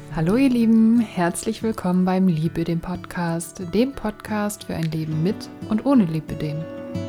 Hallo ihr Lieben, herzlich willkommen beim Lipödem Podcast, dem Podcast für ein Leben mit und ohne Lipödem.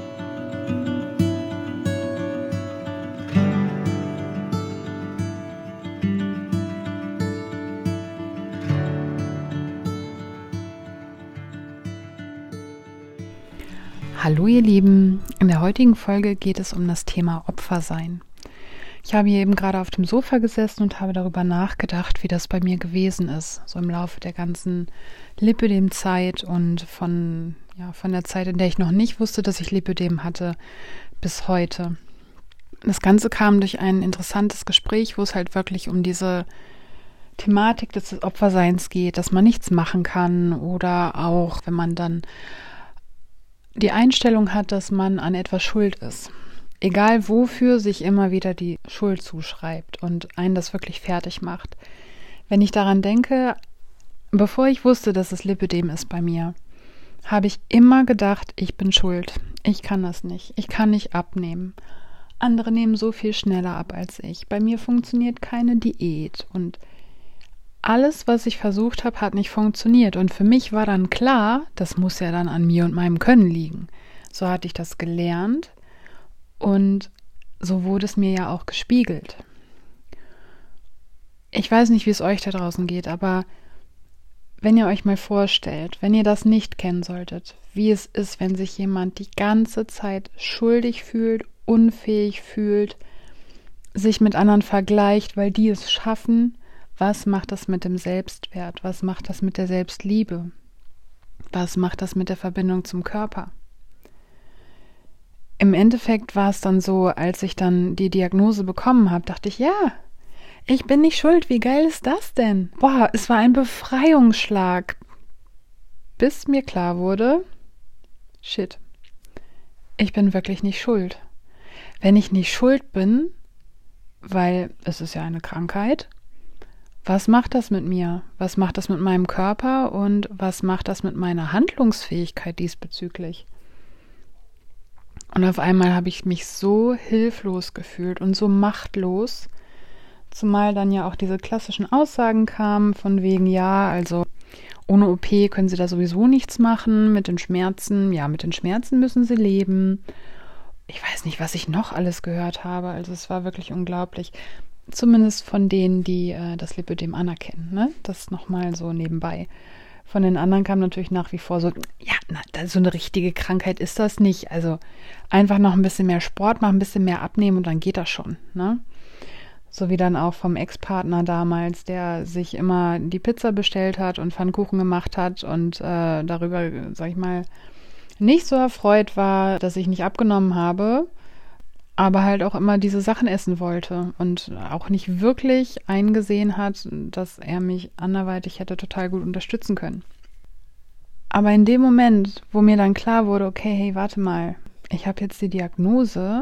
Hallo ihr Lieben, in der heutigen Folge geht es um das Thema Opfersein. Ich habe hier eben gerade auf dem Sofa gesessen und habe darüber nachgedacht, wie das bei mir gewesen ist, so im Laufe der ganzen Lipödem-Zeit und von der Zeit, in der ich noch nicht wusste, dass ich Lipödem hatte, bis heute. Das Ganze kam durch ein interessantes Gespräch, wo es halt wirklich um diese Thematik des Opferseins geht, dass man nichts machen kann oder auch, wenn man dann die Einstellung hat, dass man an etwas schuld ist. Egal wofür, sich immer wieder die Schuld zuschreibt und einen das wirklich fertig macht. Wenn ich daran denke, bevor ich wusste, dass es Lipödem ist bei mir, habe ich immer gedacht, ich bin schuld. Ich kann das nicht. Ich kann nicht abnehmen. Andere nehmen so viel schneller ab als ich. Bei mir funktioniert keine Diät. Und alles, was ich versucht habe, hat nicht funktioniert. Und für mich war dann klar, das muss ja dann an mir und meinem Können liegen. So hatte ich das gelernt. Und so wurde es mir ja auch gespiegelt. Ich weiß nicht, wie es euch da draußen geht, aber wenn ihr euch mal vorstellt, wenn ihr das nicht kennen solltet, wie es ist, wenn sich jemand die ganze Zeit schuldig fühlt, unfähig fühlt, sich mit anderen vergleicht, weil die es schaffen, was macht das mit dem Selbstwert? Was macht das mit der Selbstliebe? Was macht das mit der Verbindung zum Körper? Im Endeffekt war es dann so, als ich dann die Diagnose bekommen habe, dachte ich, ja, ich bin nicht schuld, wie geil ist das denn? Boah, es war ein Befreiungsschlag, bis mir klar wurde, shit, ich bin wirklich nicht schuld. Wenn ich nicht schuld bin, weil es ist ja eine Krankheit, was macht das mit mir? Was macht das mit meinem Körper und was macht das mit meiner Handlungsfähigkeit diesbezüglich? Und auf einmal habe ich mich so hilflos gefühlt und so machtlos, zumal dann ja auch diese klassischen Aussagen kamen von wegen, ja, also ohne OP können Sie da sowieso nichts machen, mit den Schmerzen müssen Sie leben. Ich weiß nicht, was ich noch alles gehört habe, also es war wirklich unglaublich. Zumindest von denen, die das Lipödem anerkennen, ne? Das nochmal so nebenbei. Von den anderen kam natürlich nach wie vor so, so eine richtige Krankheit ist das nicht. Also einfach noch ein bisschen mehr Sport machen, ein bisschen mehr abnehmen und dann geht das schon, ne? So wie dann auch vom Ex-Partner damals, der sich immer die Pizza bestellt hat und Pfannkuchen gemacht hat und darüber, sag ich mal, nicht so erfreut war, dass ich nicht abgenommen habe, aber halt auch immer diese Sachen essen wollte und auch nicht wirklich eingesehen hat, dass er mich anderweitig hätte total gut unterstützen können. Aber in dem Moment, wo mir dann klar wurde, okay, hey, warte mal, ich habe jetzt die Diagnose,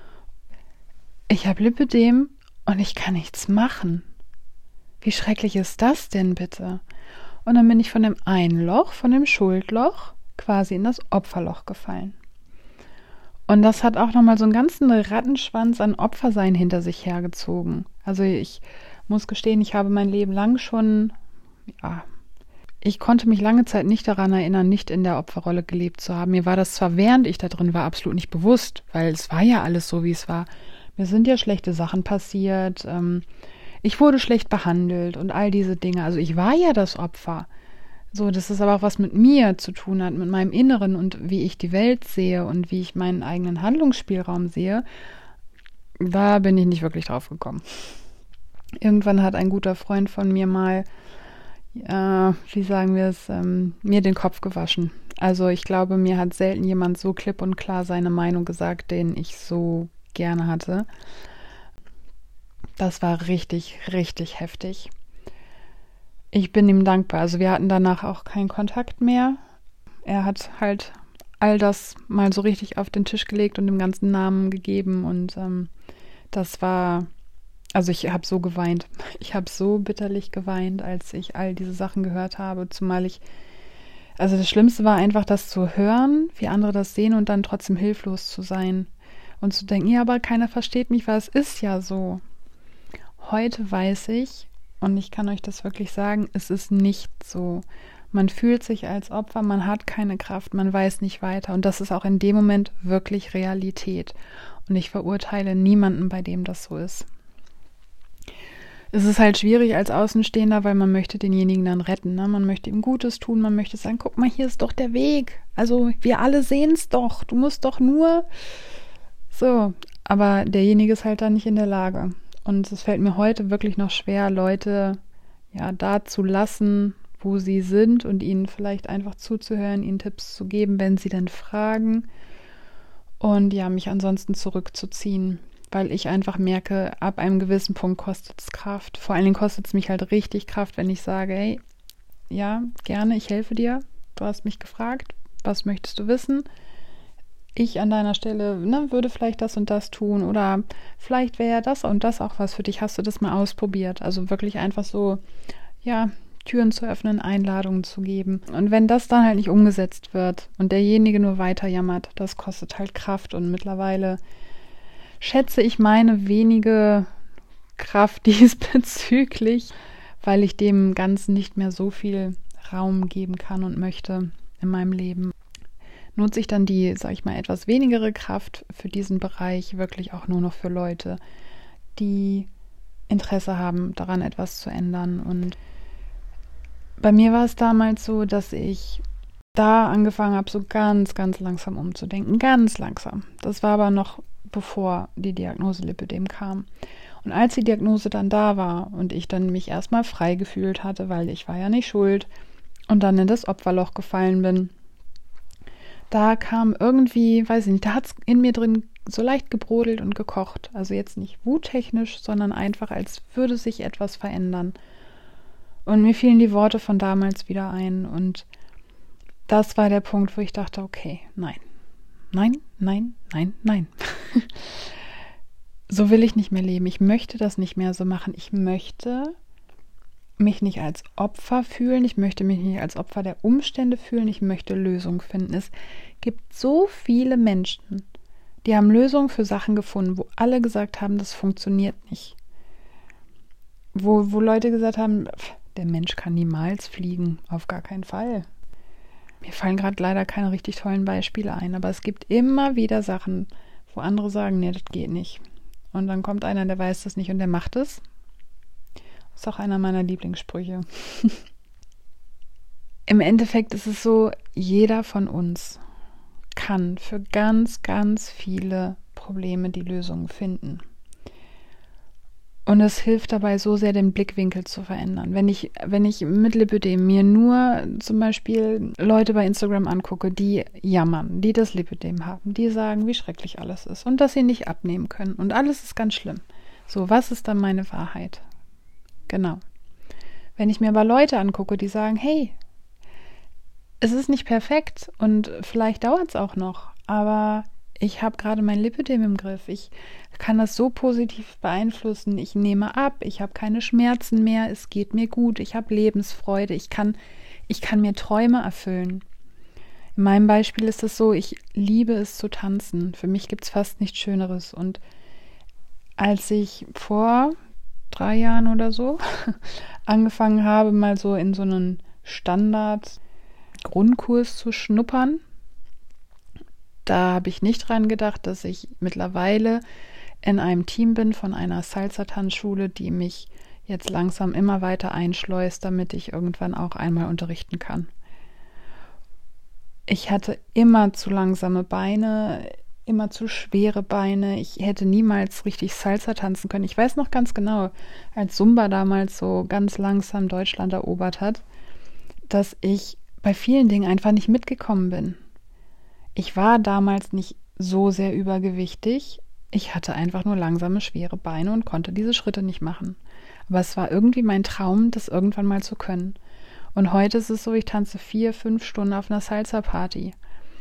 ich habe Lipödem und ich kann nichts machen. Wie schrecklich ist das denn bitte? Und dann bin ich von dem einen Loch, von dem Schuldloch, quasi in das Opferloch gefallen. Und das hat auch nochmal so einen ganzen Rattenschwanz an Opfersein hinter sich hergezogen. Also ich muss gestehen, ich habe mein Leben lang schon, ich konnte mich lange Zeit nicht daran erinnern, nicht in der Opferrolle gelebt zu haben. Mir war das zwar, während ich da drin war, absolut nicht bewusst, weil es war ja alles so, wie es war. Mir sind ja schlechte Sachen passiert, ich wurde schlecht behandelt und all diese Dinge. Also ich war ja das Opfer. So, dass es aber auch was mit mir zu tun hat, mit meinem Inneren und wie ich die Welt sehe und wie ich meinen eigenen Handlungsspielraum sehe, da bin ich nicht wirklich drauf gekommen. Irgendwann hat ein guter Freund von mir mal, wie sagen wir es, mir den Kopf gewaschen. Also ich glaube, mir hat selten jemand so klipp und klar seine Meinung gesagt, den ich so gerne hatte. Das war richtig, richtig heftig. Ich bin ihm dankbar. Also wir hatten danach auch keinen Kontakt mehr. Er hat halt all das mal so richtig auf den Tisch gelegt und dem ganzen Namen gegeben. Und das war, also ich habe so geweint. Ich habe so bitterlich geweint, als ich all diese Sachen gehört habe. Zumal also das Schlimmste war einfach, das zu hören, wie andere das sehen und dann trotzdem hilflos zu sein. Und zu denken, ja, aber keiner versteht mich, weil es ist ja so. Heute weiß ich, Und ich kann euch das wirklich sagen, es ist nicht so. Man fühlt sich als Opfer, man hat keine Kraft, man weiß nicht weiter. Und das ist auch in dem Moment wirklich Realität. Und ich verurteile niemanden, bei dem das so ist. Es ist halt schwierig als Außenstehender, weil man möchte denjenigen dann retten. Ne? Man möchte ihm Gutes tun, man möchte sagen, guck mal, hier ist doch der Weg. Also wir alle sehen es doch. Du musst doch nur... So, aber derjenige ist halt dann nicht in der Lage. Und es fällt mir heute wirklich noch schwer, Leute ja da zu lassen, wo sie sind und ihnen vielleicht einfach zuzuhören, ihnen Tipps zu geben, wenn sie dann fragen. Und ja, mich ansonsten zurückzuziehen, weil ich einfach merke, ab einem gewissen Punkt kostet es Kraft. Vor allen Dingen kostet es mich halt richtig Kraft, wenn ich sage, hey, ja, gerne, ich helfe dir. Du hast mich gefragt, was möchtest du wissen? Ich an deiner Stelle würde vielleicht das und das tun oder vielleicht wäre das und das auch was für dich. Hast du das mal ausprobiert? Also wirklich einfach so, ja, Türen zu öffnen, Einladungen zu geben. Und wenn das dann halt nicht umgesetzt wird und derjenige nur weiter jammert, das kostet halt Kraft. Und mittlerweile schätze ich meine wenige Kraft diesbezüglich, weil ich dem Ganzen nicht mehr so viel Raum geben kann und möchte in meinem Leben. Nutze ich dann die, sag ich mal, etwas wenigere Kraft für diesen Bereich wirklich auch nur noch für Leute, die Interesse haben, daran etwas zu ändern. Und bei mir war es damals so, dass ich da angefangen habe, so ganz, ganz langsam umzudenken. Ganz langsam. Das war aber noch bevor die Diagnose Lipödem kam. Und als die Diagnose dann da war und ich dann mich erstmal frei gefühlt hatte, weil ich war ja nicht schuld und dann in das Opferloch gefallen bin, da kam irgendwie, weiß ich nicht, da hat es in mir drin so leicht gebrodelt und gekocht. Also jetzt nicht wuttechnisch, sondern einfach, als würde sich etwas verändern. Und mir fielen die Worte von damals wieder ein. Und das war der Punkt, wo ich dachte, okay, nein, nein, nein, nein, nein. So will ich nicht mehr leben. Ich möchte das nicht mehr so machen. Ich möchte mich nicht als Opfer fühlen, ich möchte mich nicht als Opfer der Umstände fühlen, ich möchte Lösungen finden. Es gibt so viele Menschen, die haben Lösungen für Sachen gefunden, wo alle gesagt haben, das funktioniert nicht. Wo Leute gesagt haben, der Mensch kann niemals fliegen, auf gar keinen Fall. Mir fallen gerade leider keine richtig tollen Beispiele ein, aber es gibt immer wieder Sachen, wo andere sagen, nee, das geht nicht. Und dann kommt einer, der weiß das nicht und der macht es. Das ist auch einer meiner Lieblingssprüche. Im Endeffekt ist es so, jeder von uns kann für ganz, ganz viele Probleme die Lösungen finden. Und es hilft dabei so sehr, den Blickwinkel zu verändern. Wenn ich mit Lipödem mir nur zum Beispiel Leute bei Instagram angucke, die jammern, die das Lipödem haben, die sagen, wie schrecklich alles ist und dass sie nicht abnehmen können und alles ist ganz schlimm. So, was ist dann meine Wahrheit? Genau. Wenn ich mir aber Leute angucke, die sagen, hey, es ist nicht perfekt und vielleicht dauert es auch noch, aber ich habe gerade mein Lipödem im Griff. Ich kann das so positiv beeinflussen. Ich nehme ab, ich habe keine Schmerzen mehr, es geht mir gut, ich habe Lebensfreude, ich kann mir Träume erfüllen. In meinem Beispiel ist es so, ich liebe es zu tanzen. Für mich gibt es fast nichts Schöneres. Und als ich vor 3 Jahren oder so angefangen habe, mal so in so einen Standard-Grundkurs zu schnuppern, da habe ich nicht dran gedacht, dass ich mittlerweile in einem Team bin von einer Salsa-Tanzschule, die mich jetzt langsam immer weiter einschleust, damit ich irgendwann auch einmal unterrichten kann. Ich hatte immer zu langsame Beine, immer zu schwere Beine. Ich hätte niemals richtig Salsa tanzen können. Ich weiß noch ganz genau, als Zumba damals so ganz langsam Deutschland erobert hat, dass ich bei vielen Dingen einfach nicht mitgekommen bin. Ich war damals nicht so sehr übergewichtig. Ich hatte einfach nur langsame, schwere Beine und konnte diese Schritte nicht machen. Aber es war irgendwie mein Traum, das irgendwann mal zu können. Und heute ist es so, ich tanze 4-5 Stunden auf einer Salsa-Party.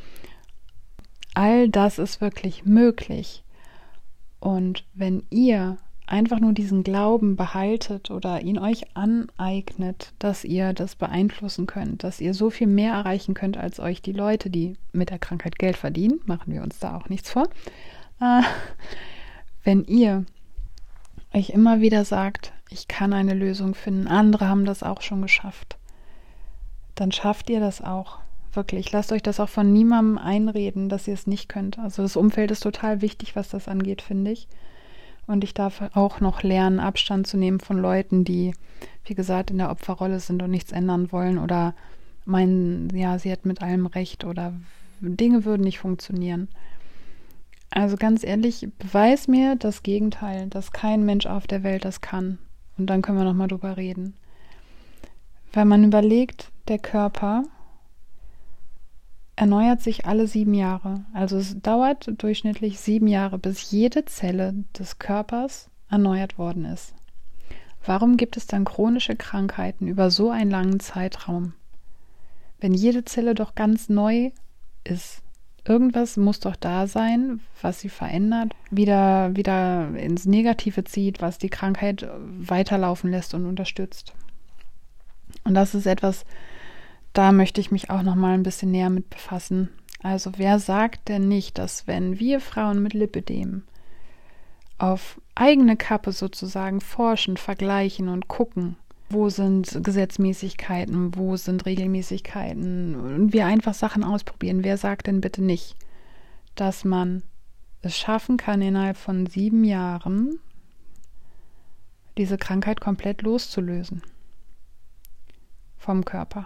All das ist wirklich möglich. Und wenn ihr einfach nur diesen Glauben behaltet oder ihn euch aneignet, dass ihr das beeinflussen könnt, dass ihr so viel mehr erreichen könnt als euch die Leute, die mit der Krankheit Geld verdienen, machen wir uns da auch nichts vor. Wenn ihr euch immer wieder sagt, ich kann eine Lösung finden, andere haben das auch schon geschafft, dann schafft ihr das auch. Wirklich, lasst euch das auch von niemandem einreden, dass ihr es nicht könnt. Also das Umfeld ist total wichtig, was das angeht, finde ich. Und ich darf auch noch lernen, Abstand zu nehmen von Leuten, die, wie gesagt, in der Opferrolle sind und nichts ändern wollen oder meinen, ja, sie hat mit allem recht oder Dinge würden nicht funktionieren. Also ganz ehrlich, beweis mir das Gegenteil, dass kein Mensch auf der Welt das kann. Und dann können wir nochmal drüber reden. Wenn man überlegt, der Körper erneuert sich alle 7 Jahre. Also es dauert durchschnittlich 7 Jahre, bis jede Zelle des Körpers erneuert worden ist. Warum gibt es dann chronische Krankheiten über so einen langen Zeitraum? Wenn jede Zelle doch ganz neu ist. Irgendwas muss doch da sein, was sie verändert, wieder ins Negative zieht, was die Krankheit weiterlaufen lässt und unterstützt. Und das ist etwas, da möchte ich mich auch noch mal ein bisschen näher mit befassen. Also wer sagt denn nicht, dass wenn wir Frauen mit Lipödem auf eigene Kappe sozusagen forschen, vergleichen und gucken, wo sind Gesetzmäßigkeiten, wo sind Regelmäßigkeiten und wir einfach Sachen ausprobieren. Wer sagt denn bitte nicht, dass man es schaffen kann, innerhalb von 7 Jahren diese Krankheit komplett loszulösen vom Körper?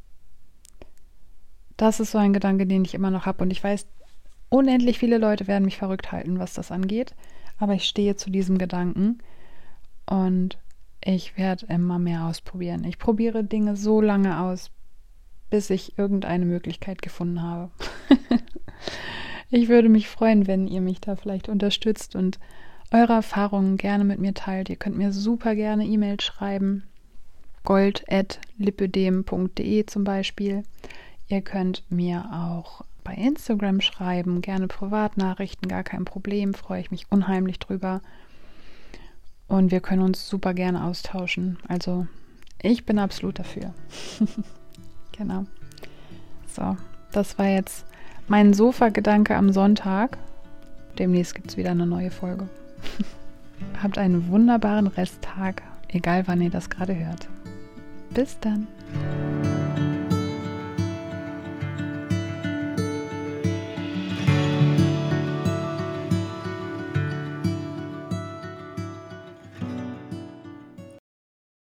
Das ist so ein Gedanke, den ich immer noch habe. Und ich weiß, unendlich viele Leute werden mich verrückt halten, was das angeht. Aber ich stehe zu diesem Gedanken und ich werde immer mehr ausprobieren. Ich probiere Dinge so lange aus, bis ich irgendeine Möglichkeit gefunden habe. Ich würde mich freuen, wenn ihr mich da vielleicht unterstützt und eure Erfahrungen gerne mit mir teilt. Ihr könnt mir super gerne E-Mails schreiben. gold@lipödem.de zum Beispiel. Ihr könnt mir auch bei Instagram schreiben, gerne Privatnachrichten, gar kein Problem, freue ich mich unheimlich drüber. Und wir können uns super gerne austauschen. Also ich bin absolut dafür. Genau. So, das war jetzt mein Sofa-Gedanke am Sonntag. Demnächst gibt es wieder eine neue Folge. Habt einen wunderbaren Resttag, egal wann ihr das gerade hört. Bis dann.